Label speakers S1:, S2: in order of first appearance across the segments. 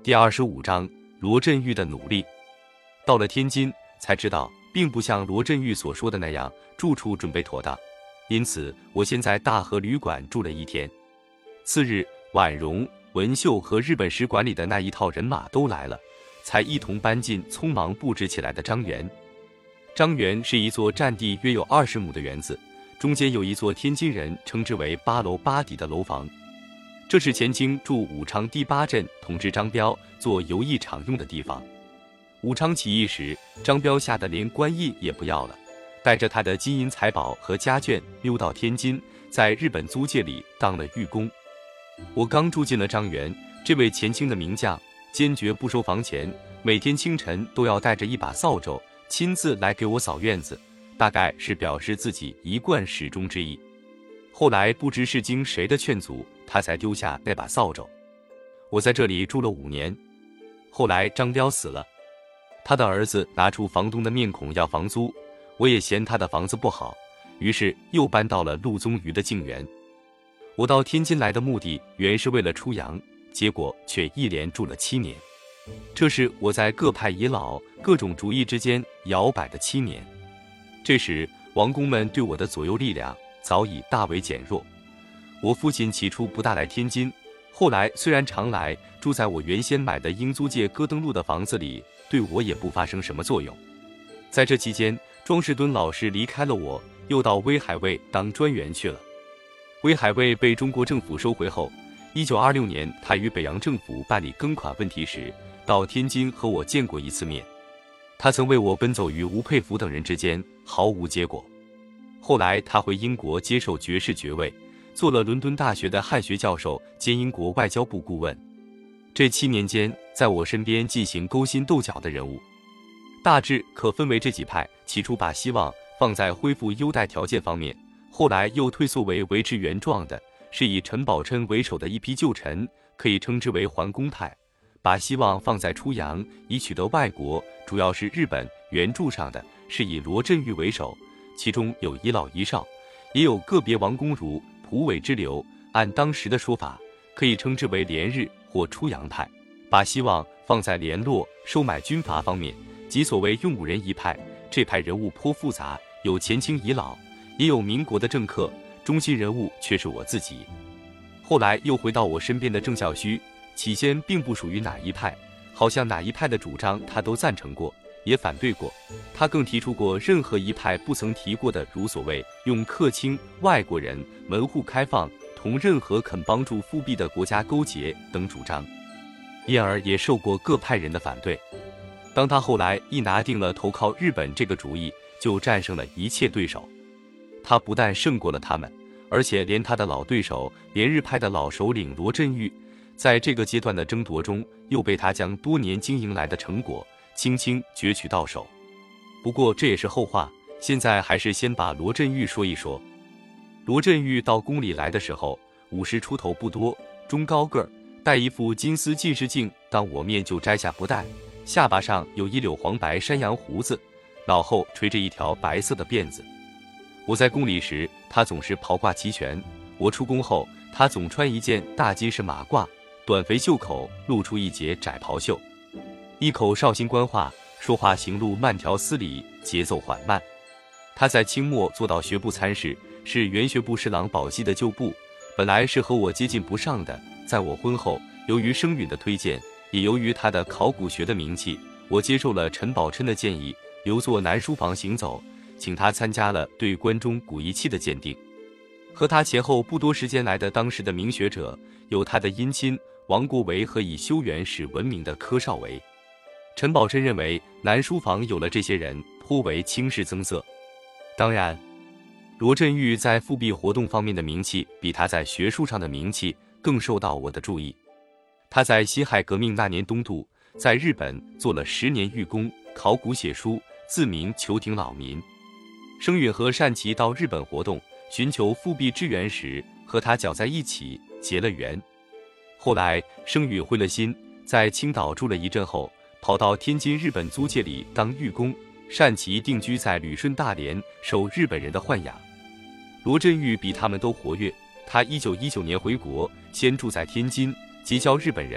S1: 第25章罗振玉的努力。到了天津，才知道并不像罗振玉所说的那样，住处准备妥当。因此，我先在大和旅馆住了1天。次日，婉容、文秀和日本使馆里的那一套人马都来了，才一同搬进匆忙布置起来的张园。张园是一座占地约有20亩的园子，中间有一座天津人称之为8楼8底的楼房。这是前清驻武昌第8镇统治张彪做游艺场用的地方。武昌起义时，张彪吓得连官印也不要了，带着他的金银财宝和家眷溜到天津，在日本租界里当了寓工。我刚住进了张园，这位前清的名将坚决不收房钱，每天清晨都要带着一把扫帚亲自来给我扫院子，大概是表示自己一贯始终之意。后来不知是经谁的劝阻，他才丢下那把扫帚。我在这里住了5年。后来张彪死了，他的儿子拿出房东的面孔要房租，我也嫌他的房子不好，于是又搬到了陆宗舆的静园。我到天津来的目的原是为了出洋，结果却一连住了7年。这是我在各派遗老、各种主义之间摇摆的7年。这时王公们对我的左右力量早已大为减弱。我父亲起初不大来天津，后来虽然常来，住在我原先买的英租界戈登路的房子里，对我也不发生什么作用。在这期间，庄士敦老师离开了我，又到威海卫当专员去了。威海卫被中国政府收回后，1926年他与北洋政府办理庚款问题时，到天津和我见过1次面。他曾为我奔走于吴佩孚等人之间，毫无结果。后来他回英国接受爵士爵位，做了伦敦大学的汉学教授兼英国外交部顾问。这7年间，在我身边进行勾心斗角的人物，大致可分为这几派：起初把希望放在恢复优待条件方面，后来又退缩为维持原状的，是以陈宝琛为首的一批旧臣，可以称之为桓公派；把希望放在出洋以取得外国，主要是日本援助上的，是以罗振玉为首，其中有遗老遗少，也有个别王公儒、蒲苇之流，按当时的说法，可以称之为联日或出洋派；把希望放在联络、收买军阀方面，即所谓用武人一派。这派人物颇复杂，有前清遗老，也有民国的政客，中心人物却是我自己。后来又回到我身边的郑孝胥，起先并不属于哪一派，好像哪一派的主张他都赞成过，也反对过。他更提出过任何一派不曾提过的，如所谓用客卿、外国人、门户开放，同任何肯帮助复辟的国家勾结等主张，因而也受过各派人的反对。当他后来一拿定了投靠日本这个主意，就战胜了一切对手。他不但胜过了他们，而且连他的老对手联日派的老首领罗振玉，在这个阶段的争夺中，又被他将多年经营来的成果轻轻攫取到手。不过这也是后话，现在还是先把罗振玉说一说。罗振玉到宫里来的时候，50出头不多，中高个儿，戴一副金丝近视镜，当我面就摘下不戴，下巴上有一绺黄白山羊胡子，脑后垂着一条白色的辫子。我在宫里时，他总是袍褂齐全；我出宫后，他总穿一件大金饰马褂，短肥袖口露出一截窄袍袖，一口绍兴官话，说话行路慢条斯理，节奏缓慢。他在清末做到学部参事，是原学部侍郎宝鸡的旧部，本来是和我接近不上的。在我婚后，由于声允的推荐，也由于他的考古学的名气，我接受了陈宝琛的建议，留作南书房行走，请他参加了对关中古仪器的鉴定。和他前后不多时间来的当时的名学者，有他的姻亲王国维和以修园史闻名的柯绍维。陈宝琛认为南书房有了这些人，颇为轻视增色。当然，罗振玉在复辟活动方面的名气，比他在学术上的名气更受到我的注意。他在辛亥革命那年东渡，在日本做了10年寓工，考古写书，自名求挺老民。声允和单琦到日本活动，寻求复辟支援时，和他搅在一起，结了缘。后来声允灰了心，在青岛住了一阵后，跑到天津日本租界里当寓工，单琦定居在旅顺大连，受日本人的豢养。罗振玉比他们都活跃，他1919年回国，先住在天津，结交日本人，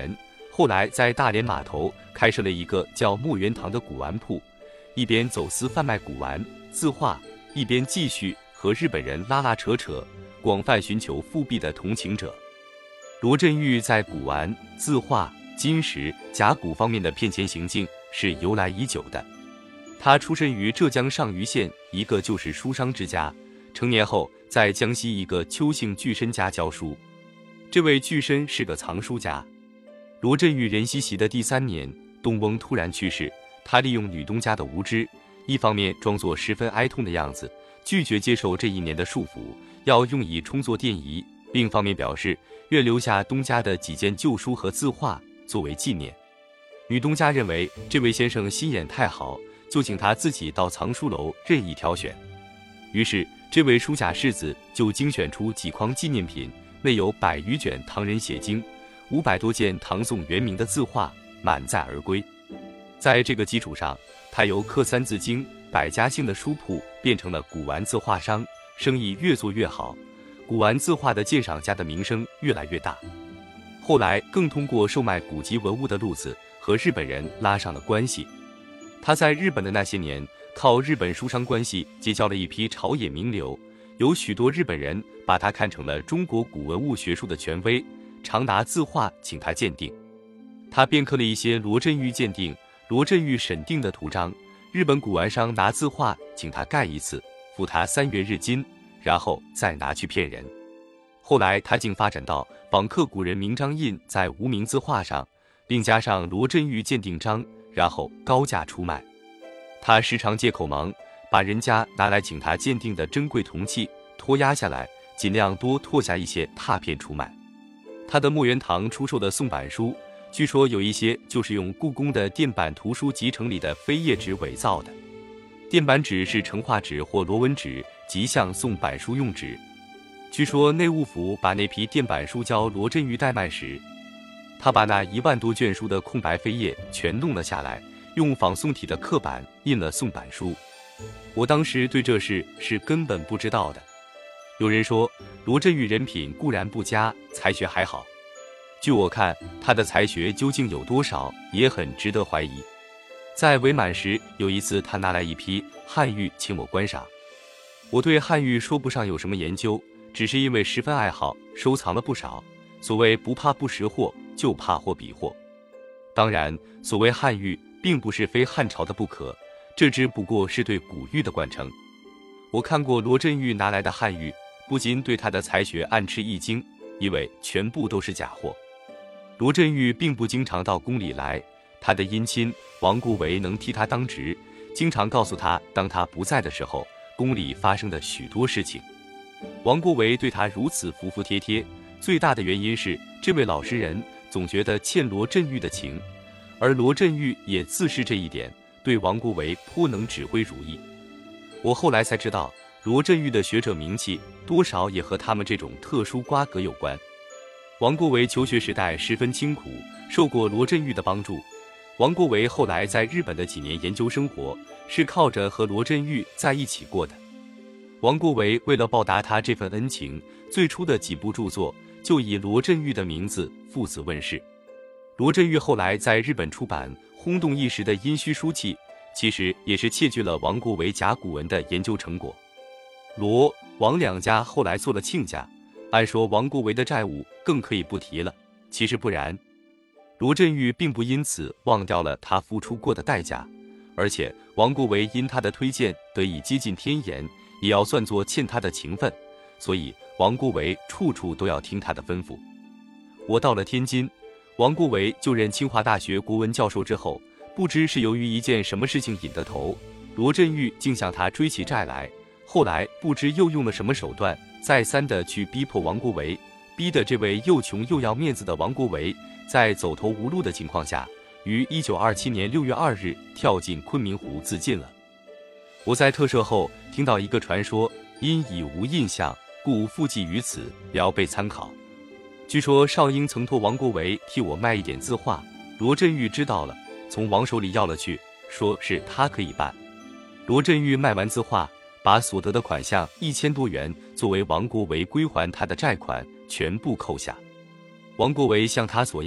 S1: 后来在大连码头开设了一个叫墨园堂的古玩铺，一边走私贩卖古玩字画，一边继续和日本人拉拉扯扯，广泛寻求复辟的同情者。罗振玉在古玩、字画、金石、甲骨方面的骗钱行径是由来已久的。他出身于浙江上虞县一个就是书商之家，成年后在江西一个邱姓巨绅家教书。这位巨绅是个藏书家。罗振玉任西袭的第3年，东翁突然去世，他利用女东家的无知，一方面装作十分哀痛的样子，拒绝接受这1年的束缚，要用以充作奠仪；另一方面表示愿留下东家的几件旧书和字画作为纪念。女东家认为这位先生心眼太好，就请他自己到藏书楼任意挑选。于是这位书家世子就精选出几筐纪念品，内有100余卷唐人写经，500多件唐宋元明的字画，满载而归。在这个基础上，他由刻三字经、百家姓的书铺变成了古玩字画商，生意越做越好，古玩字画的鉴赏家的名声越来越大。后来更通过售卖古籍文物的路子和日本人拉上了关系。他在日本的那些年，靠日本书商关系结交了一批朝野名流，有许多日本人把他看成了中国古文物学术的权威，常拿字画请他鉴定。他便刻了一些罗振玉鉴定、罗振玉审定的图章，日本古玩商拿字画请他盖一次，付他3元日金，然后再拿去骗人。后来他竟发展到仿刻古人名章印在无名字画上，并加上罗振玉鉴定章，然后高价出卖。他时常借口忙，把人家拿来请他鉴定的珍贵铜器拖压下来，尽量多拓下一些拓片出卖。他的墨园堂出售的宋版书，据说有一些就是用故宫的电版图书集成里的飞页纸伪造的。电版纸是成化纸或罗纹纸，极像宋版书用纸。据说内务府把那批电版书交罗振玉代卖时，他把那1万多卷书的空白飞页全弄了下来，用仿宋体的刻板印了宋版书。我当时对这事是根本不知道的。有人说罗振玉人品固然不佳，才学还好。据我看，他的才学究竟有多少，也很值得怀疑。在伪满时，有一次他拿来一批汉玉请我观赏。我对汉玉说不上有什么研究，只是因为十分爱好，收藏了不少。所谓不怕不识货，就怕货比货。当然，所谓汉玉并不是非汉朝的不可，这只不过是对古玉的惯称。我看过罗振玉拿来的汉玉，不禁对他的才学暗吃一惊，因为全部都是假货。罗振玉并不经常到宫里来，他的姻亲王国维能替他当值，经常告诉他当他不在的时候，宫里发生的许多事情。王国维对他如此服服帖帖，最大的原因是这位老实人总觉得欠罗振玉的情，而罗振玉也自是这一点，对王国维颇能指挥如意。我后来才知道，罗振玉的学者名气多少也和他们这种特殊瓜葛有关。王国维求学时代十分清苦，受过罗振玉的帮助。王国维后来在日本的几年研究生活，是靠着和罗振玉在一起过的。王国维为了报答他这份恩情，最初的几部著作就以罗振玉的名字附子问世。罗振玉后来在日本出版轰动一时的殷墟书契，其实也是窃据了王国维甲骨文的研究成果。罗、王两家后来做了亲家，按说王国维的债务更可以不提了，其实不然。罗振玉并不因此忘掉了他付出过的代价，而且王国维因他的推荐得以接近天颜，也要算作欠他的情分，所以王国维处处都要听他的吩咐。我到了天津，王国维就任清华大学国文教授之后，不知是由于一件什么事情引得头，罗振玉竟向他追起债来。后来不知又用了什么手段，再三的去逼迫王国维，逼得这位又穷又要面子的王国维，在走投无路的情况下，于1927年6月2日跳进昆明湖自尽了。我在特赦后听到一个传说，因已无印象，故附记于此，聊备参考。据说少英曾托王国维替我卖一点字画，罗振玉知道了，从王手里要了去，说是他可以办。罗振玉卖完字画，把所得的款项1000多元作为王国维归还他的债款全部扣下。王国维向他索要，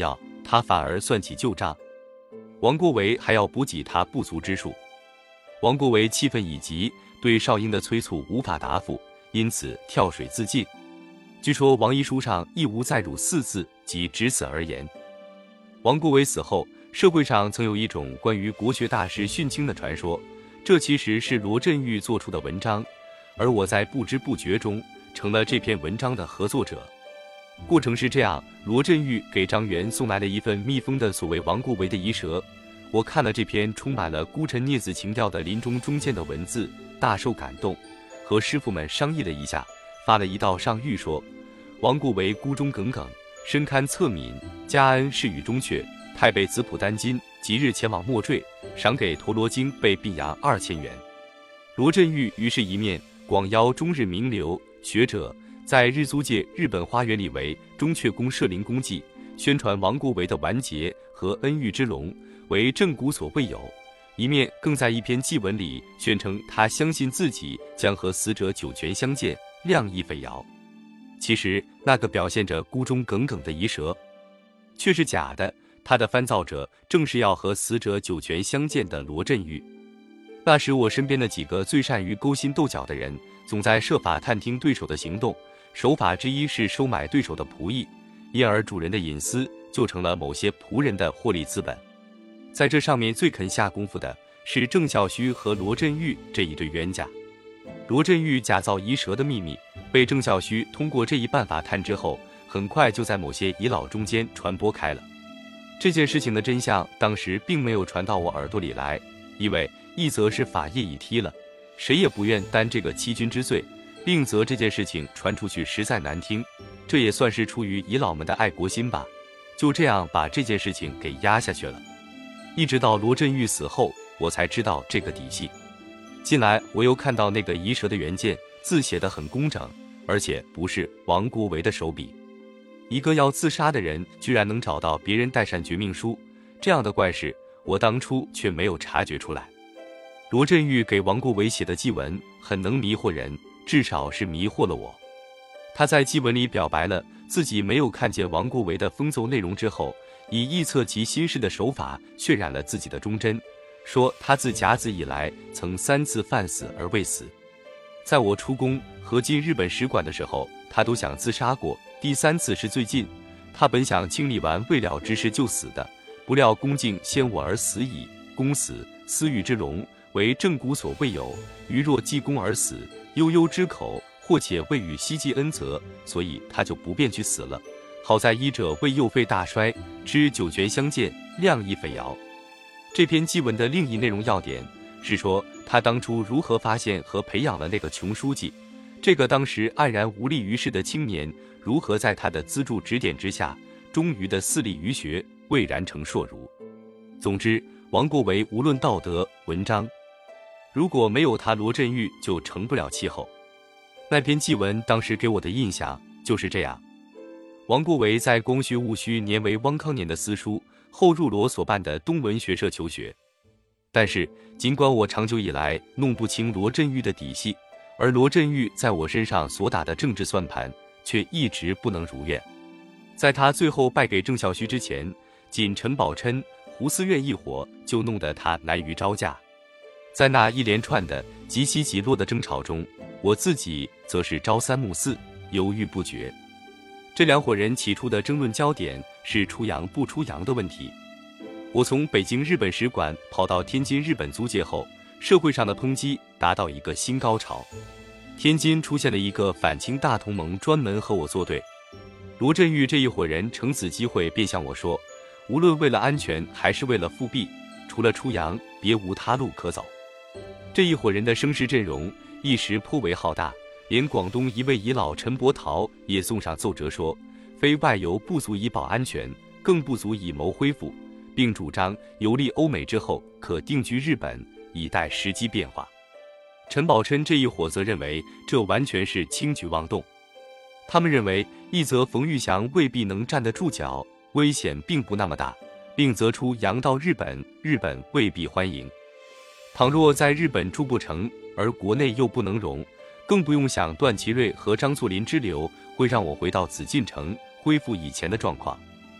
S1: 他反而算起旧账，王国维还要补给他不足之数。王国维气愤已极，对少英的催促无法答复，因此跳水自尽。据说王遗书上亦无再辱4字，即只此而言。王国维死后，社会上曾有一种关于国学大师殉清的传说，这其实是罗振玉做出的文章，而我在不知不觉中成了这篇文章的合作者。过程是这样，罗振玉给张元送来了一份密封的所谓王国维的遗折，我看了这篇充满了孤臣孽子情调的临终忠谏的文字，大受感动，和师傅们商议了一下，发了一道上谕说，王国维孤忠耿耿，深堪侧悯，嘉恩是与中阙，太尉子朴丹金即日前往墨坠，赏给陀罗经被毕阳2000元。罗振玉于是一面广邀中日名流学者在日租界日本花园里为中阙宫设灵功绩，宣传王国维的完结和恩遇之隆为正古所未有，一面更在一篇祭文里宣称他相信自己将和死者九泉相见，量亦匪谣。其实那个表现着孤忠耿耿的遗折却是假的，他的翻造者正是要和死者九泉相见的罗振玉。那时我身边的几个最善于勾心斗角的人，总在设法探听对手的行动，手法之一是收买对手的仆役，因而主人的隐私就成了某些仆人的获利资本。在这上面最肯下功夫的是郑孝胥和罗振玉这一对冤家。罗振玉假造遗折的秘密被郑孝胥通过这一办法探知后，很快就在某些遗老中间传播开了。这件事情的真相当时并没有传到我耳朵里来，因为一则是法业已踢了，谁也不愿担这个欺君之罪，另则这件事情传出去实在难听，这也算是出于遗老们的爱国心吧，就这样把这件事情给压下去了。一直到罗振玉死后，我才知道这个底细。近来我又看到那个遗折的原件，字写得很工整，而且不是王国维的手笔。一个要自杀的人居然能找到别人代善绝命书，这样的怪事我当初却没有察觉出来。罗振玉给王国维写的祭文很能迷惑人，至少是迷惑了我。他在祭文里表白了自己没有看见王国维的封奏内容之后，以臆测其心事的手法渲染了自己的忠贞，说他自甲子以来曾3次犯死而未死。在我出宫和进日本使馆的时候，他都想自杀过，第3次是最近，他本想清理完未了之事就死的，不料恭敬先我而死矣，公死，私欲之隆，为正古所未有，余若济公而死，悠悠之口，或且未与希济恩泽，所以他就不便去死了。好在医者为幼废大衰，知九泉相见，量亦匪谣。这篇祭文的另一内容要点是说，他当初如何发现和培养了那个穷书记，这个当时黯然无力于世的青年，如何在他的资助指点之下，终于的肆力于学，蔚然成硕儒。总之，王国维无论道德文章，如果没有他罗振玉就成不了气候。那篇祭文当时给我的印象就是这样。王国维在光绪戊戌年为汪康年的私书，后入罗所办的东文学社求学。但是尽管我长久以来弄不清罗振玉的底细，而罗振玉在我身上所打的政治算盘却一直不能如愿。在他最后败给郑孝胥之前，仅陈宝琛、胡思远一伙就弄得他难于招架。在那一连串的即起即落的争吵中，我自己则是朝三暮四，犹豫不决。这两伙人起初的争论焦点是出洋不出洋的问题。我从北京日本使馆跑到天津日本租界后，社会上的抨击达到一个新高潮。天津出现了一个反清大同盟，专门和我作对。罗振玉这一伙人乘此机会便向我说，无论为了安全还是为了复辟，除了出洋别无他路可走。这一伙人的声势阵容一时颇为浩大，连广东一位遗老陈伯桃也送上奏折说，非外游不足以保安全，更不足以谋恢复，并主张游历欧美之后可定居日本，以待时机变化。陈宝琛这一伙则认为这完全是轻举妄动。他们认为一则冯玉祥未必能站得住脚，危险并不那么大，并则出洋到日本，日本未必欢迎。倘若在日本住不成，而国内又不能容，更不用想段祺瑞和张作霖之流会让我回到紫禁城，恢复以前的状况。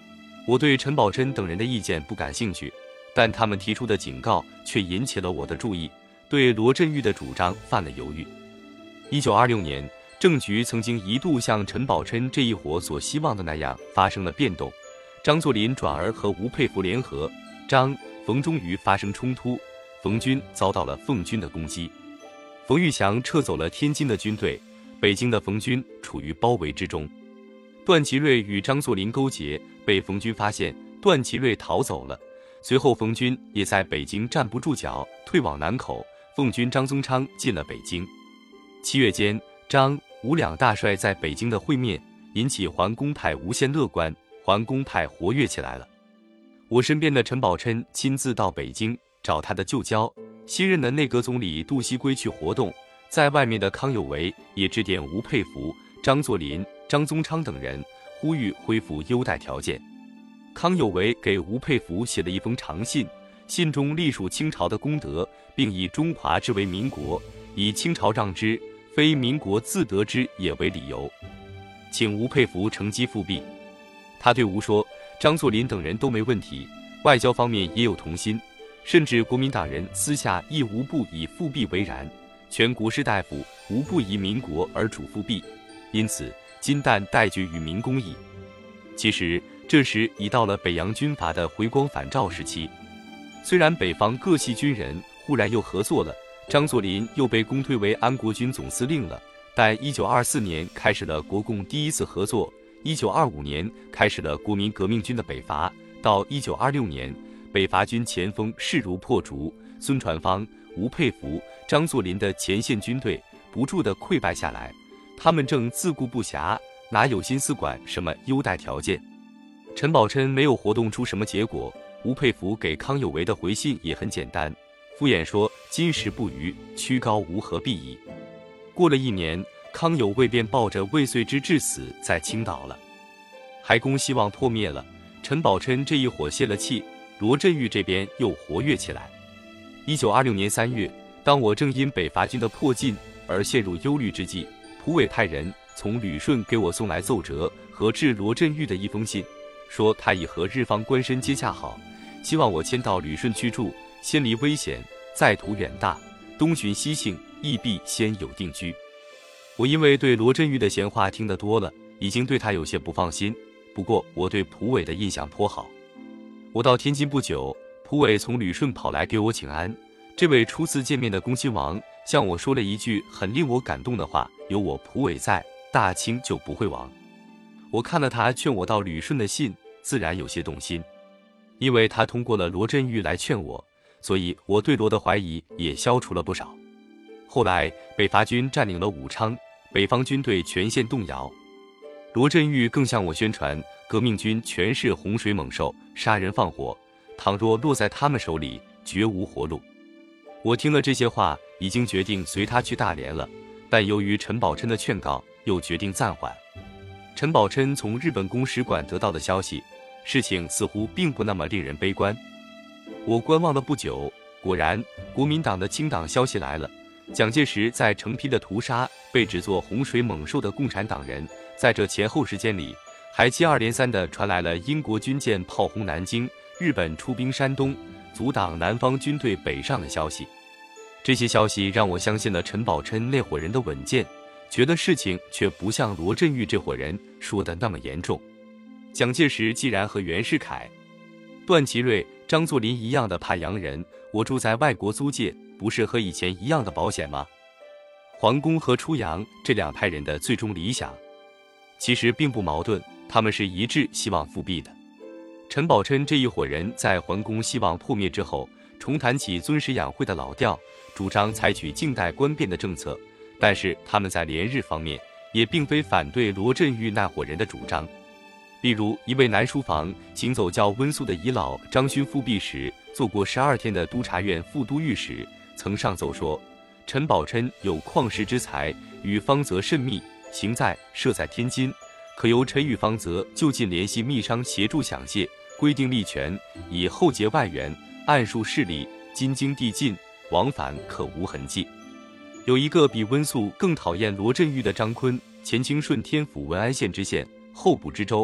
S1: 我对陈宝琛等人的意见不感兴趣，但他们提出的警告却引起了我的注意，对罗振玉的主张犯了犹豫。1926年，政局曾经一度像陈宝琛这一伙所希望的那样发生了变动，张作霖转而和吴佩孚联合，张、冯终于发生冲突，冯军遭到了奉军的攻击，冯玉祥撤走了天津的军队，北京的冯军处于包围之中。段祺瑞与张作霖勾结，被冯军发现，段祺瑞逃走了。随后冯军也在北京站不住脚，退往南口，奉军张宗昌进了北京。7月间，张、吴两大帅在北京的会面，引起桓公派无限乐观，桓公派活跃起来了。我身边的陈宝琛亲自到北京找他的旧交，新任的内阁总理杜锡圭去活动，在外面的康有为也致电吴佩孚、张作霖、张宗昌等人，呼吁恢复优待条件。康有为给吴佩孚写了一封长信，信中隶属清朝的功德，并以中华之为民国，以清朝让之，非民国自得之也为理由，请吴佩孚乘机复辟。他对吴说，张作霖等人都没问题，外交方面也有同心，甚至国民党人私下亦无不以复辟为然，全国士大夫无不以民国而主复辟，因此今旦代决与民公议。其实这时已到了北洋军阀的回光返照时期，虽然北方各系军人忽然又合作了，张作霖又被公推为安国军总司令了，但1924年开始了国共第一次合作，1925年开始了国民革命军的北伐，到1926年，北伐军前锋势如破竹，孙传芳、吴佩孚、张作霖的前线军队不住地溃败下来，他们正自顾不暇，哪有心思管什么优待条件？陈宝琛没有活动出什么结果，吴佩孚给康有为的回信也很简单，敷衍说今时不渝，曲高无何必矣。过了1年，康有为便抱着未遂之至死在青岛了。海公希望破灭了，陈宝琛这一伙泄了气，罗振玉这边又活跃起来。1926年3月，当我正因北伐军的迫近而陷入忧虑之际，蒲伟派人从旅顺给我送来奏折和致罗振玉的一封信，说他已和日方官绅接洽好，希望我迁到旅顺居住，先离危险，再图远大，东寻西幸，亦必先有定居。我因为对罗振玉的闲话听得多了，已经对他有些不放心，不过我对蒲伟的印象颇好。我到天津不久，蒲伟从旅顺跑来给我请安，这位初次见面的恭亲王向我说了一句很令我感动的话，有我蒲伟在，大清就不会亡。我看了他劝我到旅顺的信，自然有些动心，因为他通过了罗振玉来劝我，所以我对罗的怀疑也消除了不少。后来北伐军占领了武昌，北方军队全线动摇，罗振玉更向我宣传革命军全是洪水猛兽，杀人放火，倘若落在他们手里，绝无活路。我听了这些话，已经决定随他去大连了，但由于陈宝琛的劝告，又决定暂缓。陈宝琛从日本公使馆得到的消息，事情似乎并不那么令人悲观。我观望了不久，果然国民党的清党消息来了，蒋介石在成批的屠杀被指作洪水猛兽的共产党人，在这前后时间里，还接二连三地传来了英国军舰炮轰南京，日本出兵山东，阻挡南方军队北上的消息。这些消息让我相信了陈宝琛那伙人的稳健，觉得事情却不像罗振玉这伙人说的那么严重。蒋介石既然和袁世凯、段祺瑞、张作霖一样的怕洋人，我住在外国租界，不是和以前一样的保险吗？桓公和初阳这两派人的最终理想其实并不矛盾，他们是一致希望复辟的。陈宝琛这一伙人在桓公希望破灭之后，重弹起尊师养晦的老调，主张采取静待观变的政策，但是他们在联日方面也并非反对罗振玉那伙人的主张。例如一位南书房行走较温宿的遗老张勋复辟时，做过12天的督察院副都御史，曾上奏说陈宝琛有旷世之才，与方泽甚密，行在设在天津，可由陈与方泽就近联系密商协助抢械，规定利权，以后结外援，暗数势力，津京地进，往返可无痕迹。有一个比温宿更讨厌罗振玉的张坤，前清顺天府文安县知县，候补知州，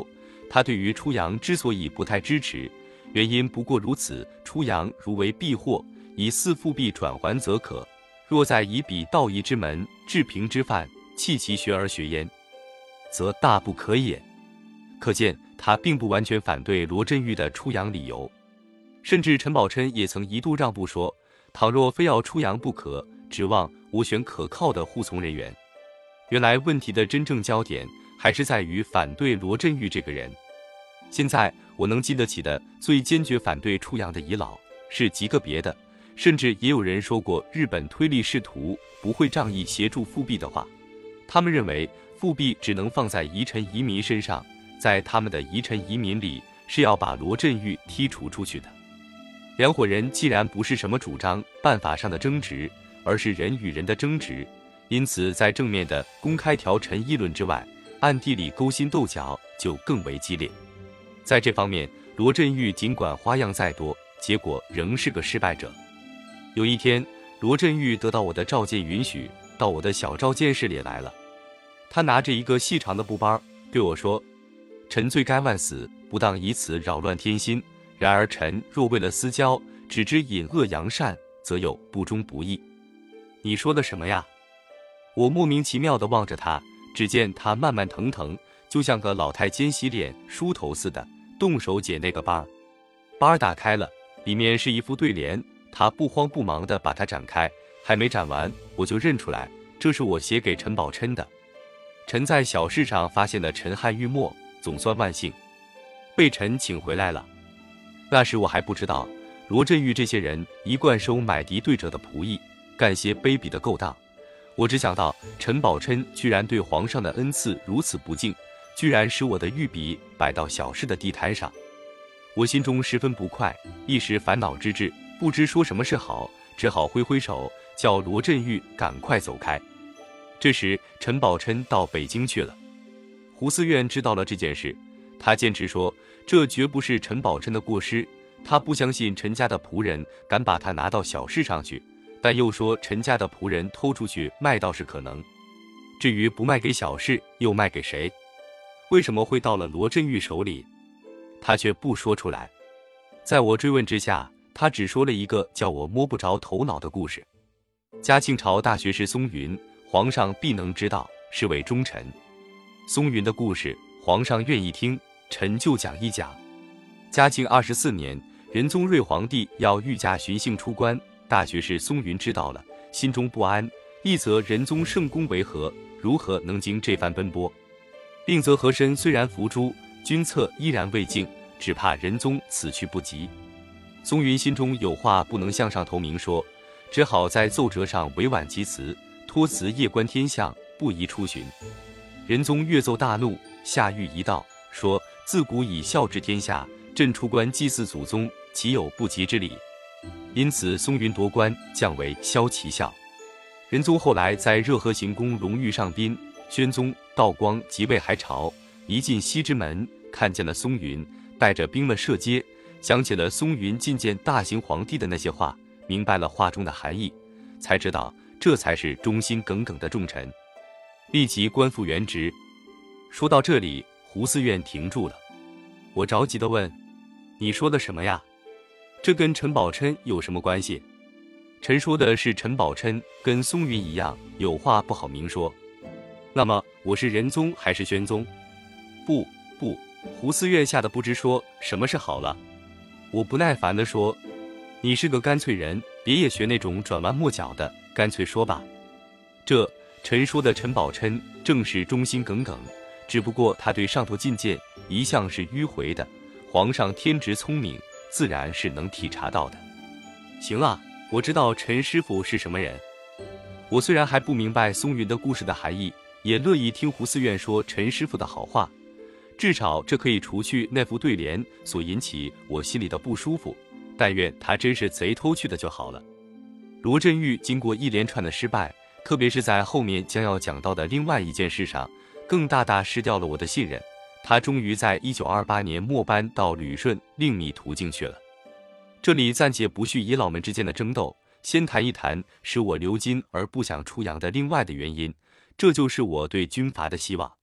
S1: 他对于出洋之所以不太支持，原因不过如此：出洋如为避祸，以四复辟转还则可；若再以彼道义之门，治平之范，弃其学而学焉，则大不可也。可见他并不完全反对罗振玉的出洋理由，甚至陈宝琛也曾一度让步说，倘若非要出洋不可，指望我选可靠的护从人员。原来问题的真正焦点还是在于反对罗振玉这个人。现在我能记得起的最坚决反对出洋的遗老是极个别的，甚至也有人说过日本推力士图不会仗义协助复辟的话。他们认为复辟只能放在遗臣遗民身上，在他们的遗臣遗民里是要把罗振玉剔除出去的。两伙人既然不是什么主张办法上的争执，而是人与人的争执，因此在正面的公开条陈议论之外，暗地里勾心斗角就更为激烈。在这方面，罗振玉尽管花样再多，结果仍是个失败者。有一天，罗振玉得到我的召见允许，到我的小召见室里来了。他拿着一个细长的布包对我说，臣罪该万死，不当以此扰乱天心，然而臣若为了私交，只知隐恶扬善，则有不忠不义。你说的什么呀？我莫名其妙地望着他，只见他慢慢腾腾，就像个老太监洗脸梳头似的，动手解那个包。包打开了，里面是一副对联，他不慌不忙地把它展开，还没展完，我就认出来，这是我写给陈宝琛的。臣在小事上发现了陈汉玉墨，总算万幸，被臣请回来了。那时我还不知道，罗振玉这些人一贯收买敌对者的仆役，干些卑鄙的勾当。我只想到陈宝琛居然对皇上的恩赐如此不敬，居然使我的御笔摆到小事的地摊上。我心中十分不快，一时烦恼之至，不知说什么是好，只好挥挥手叫罗振玉赶快走开。这时陈宝琛到北京去了。胡思院知道了这件事，他坚持说这绝不是陈宝琛的过失，他不相信陈家的仆人敢把他拿到小事上去，但又说陈家的仆人偷出去卖倒是可能，至于不卖给小事，又卖给谁？为什么会到了罗振玉手里？他却不说出来。在我追问之下，他只说了一个叫我摸不着头脑的故事。嘉庆朝大学士松云，皇上必能知道，是位忠臣。松云的故事，皇上愿意听，臣就讲一讲。嘉庆24年，仁宗睿皇帝要御驾巡幸出关，大学士松云知道了，心中不安，一则仁宗圣功为何，如何能经这番奔波；另则和珅虽然伏诛，君侧依然未竟，只怕仁宗此去不及。松云心中有话不能向上头明说，只好在奏折上委婉其辞，托辞夜观天象，不宜出巡。仁宗阅奏大怒，下谕一道，说自古以孝治天下，朕出关祭祀祖宗，岂有不及之理？因此松云夺官，降为骁骑校。仁宗后来在热河行宫龙御上宾，宣宗、道光即位还朝，一进西直门，看见了松云，带着兵们射街，想起了松云觐见大行皇帝的那些话，明白了话中的含义，才知道这才是忠心耿耿的重臣，立即官复原职。说到这里，胡思院停住了。我着急地问，你说的什么呀？这跟陈宝琛有什么关系？臣说的是陈宝琛跟松云一样，有话不好明说。那么我是仁宗还是宣宗？不，胡思院吓得不知说什么是好了。我不耐烦地说，你是个干脆人，别也学那种转弯抹角的，干脆说吧。臣说的陈宝琛正是忠心耿耿，只不过他对上头进谏一向是迂回的，皇上天职聪明，自然是能体察到的。行啊，我知道陈师傅是什么人。我虽然还不明白松云的故事的含义，也乐意听胡思院说陈师傅的好话，至少这可以除去那副对联所引起我心里的不舒服。但愿他真是贼偷去的就好了。罗振玉经过一连串的失败，特别是在后面将要讲到的另外一件事上，更大大失掉了我的信任。他终于在1928年末班到旅顺另觅途径去了。这里暂且不叙遗老们之间的争斗，先谈一谈使我留京而不想出洋的另外的原因，这就是我对军阀的希望。